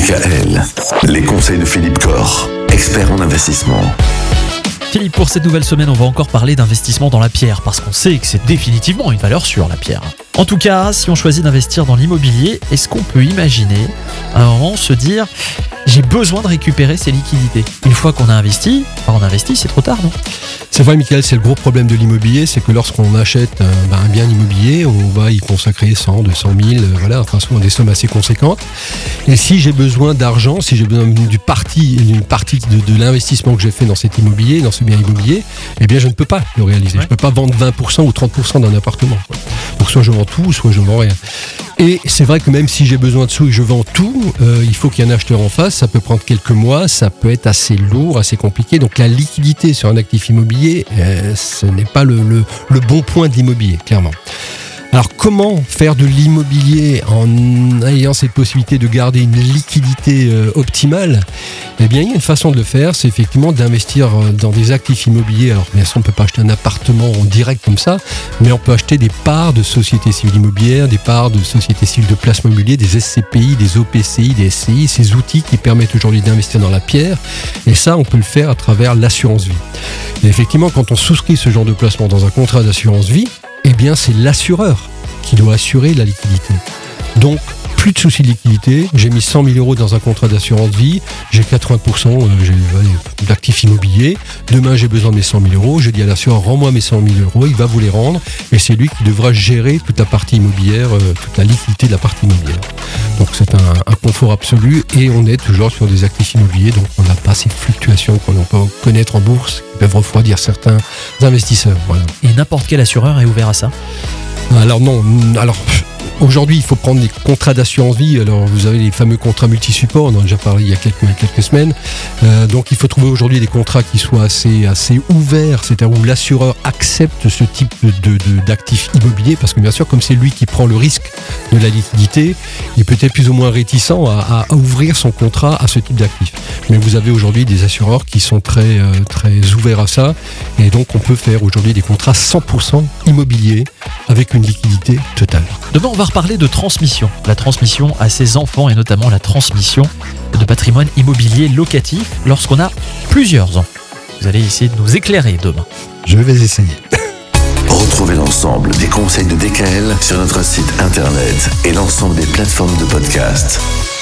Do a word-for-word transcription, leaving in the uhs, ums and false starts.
D K L, les conseils de Philippe Corr, expert en investissement. Philippe, pour cette nouvelle semaine, on va encore parler d'investissement dans la pierre, parce qu'on sait que c'est définitivement une valeur sûre, la pierre. En tout cas, si on choisit d'investir dans l'immobilier, est-ce qu'on peut imaginer à un moment se dire « j'ai besoin de récupérer ces liquidités ». Une fois qu'on a investi, enfin on a investi, c'est trop tard, non ? C'est vrai, Michael, c'est le gros problème de l'immobilier, c'est que lorsqu'on achète euh, ben, un bien immobilier, on va y consacrer cent, deux cent mille, euh, voilà, enfin souvent des sommes assez conséquentes. Et si j'ai besoin d'argent, si j'ai besoin du parti, d'une partie de, de l'investissement que j'ai fait dans cet immobilier, dans ce bien immobilier, eh bien je ne peux pas le réaliser. Ouais. Je ne peux pas vendre vingt pour cent ou trente pour cent d'un appartement. Quoi. Donc soit je vends tout, soit je vends rien. Et c'est vrai que même si j'ai besoin de sous et que je vends tout, euh, il faut qu'il y ait un acheteur en face, ça peut prendre quelques mois, ça peut être assez lourd, assez compliqué. Donc la liquidité sur un actif immobilier, euh, ce n'est pas le, le, le bon point de l'immobilier, clairement. Alors comment faire de l'immobilier en ayant cette possibilité de garder une liquidité euh, optimale ? Eh bien il y a une façon de le faire, c'est effectivement d'investir dans des actifs immobiliers. Alors bien sûr on ne peut pas acheter un appartement en direct comme ça, mais on peut acheter des parts de sociétés civiles immobilières, des parts de sociétés civiles de placement immobilier, des S C P I, des O P C I, des S C I, ces outils qui permettent aujourd'hui d'investir dans la pierre. Et ça on peut le faire à travers l'assurance vie. Et effectivement quand on souscrit ce genre de placement dans un contrat d'assurance vie, eh bien c'est l'assureur qui doit assurer la liquidité. Donc, plus de soucis de liquidité, j'ai mis cent mille euros dans un contrat d'assurance vie, j'ai quatre-vingts pour cent euh, j'ai, euh, d'actifs immobiliers, demain j'ai besoin de mes cent mille euros, je dis à l'assureur, rends-moi mes cent mille euros, il va vous les rendre, et c'est lui qui devra gérer toute la partie immobilière, euh, toute la liquidité de la partie immobilière. Donc c'est un, un confort absolu, et on est toujours sur des actifs immobiliers, donc on n'a pas ces fluctuations qu'on peut connaître en bourse, qui peuvent refroidir certains investisseurs. Voilà. Et n'importe quel assureur est ouvert à ça ? Alors non, alors aujourd'hui il faut prendre des contrats d'assurance vie. Alors vous avez les fameux contrats multi-supports, on en a déjà parlé il y a quelques, quelques semaines. Euh, donc il faut trouver aujourd'hui des contrats qui soient assez, assez ouverts, c'est-à-dire où l'assureur accepte ce type de, de, d'actifs immobiliers, parce que bien sûr comme c'est lui qui prend le risque de la liquidité, il peut être plus ou moins réticent à, à ouvrir son contrat à ce type d'actifs. Mais vous avez aujourd'hui des assureurs qui sont très, euh, très ouverts à ça, et donc on peut faire aujourd'hui des contrats cent pour cent immobiliers avec une liquidité totale. Demain, on va reparler de transmission. La transmission à ses enfants et notamment la transmission de patrimoine immobilier locatif lorsqu'on a plusieurs enfants. Vous allez essayer de nous éclairer demain. Je vais essayer. Retrouvez l'ensemble des conseils de D K L sur notre site internet et l'ensemble des plateformes de podcast.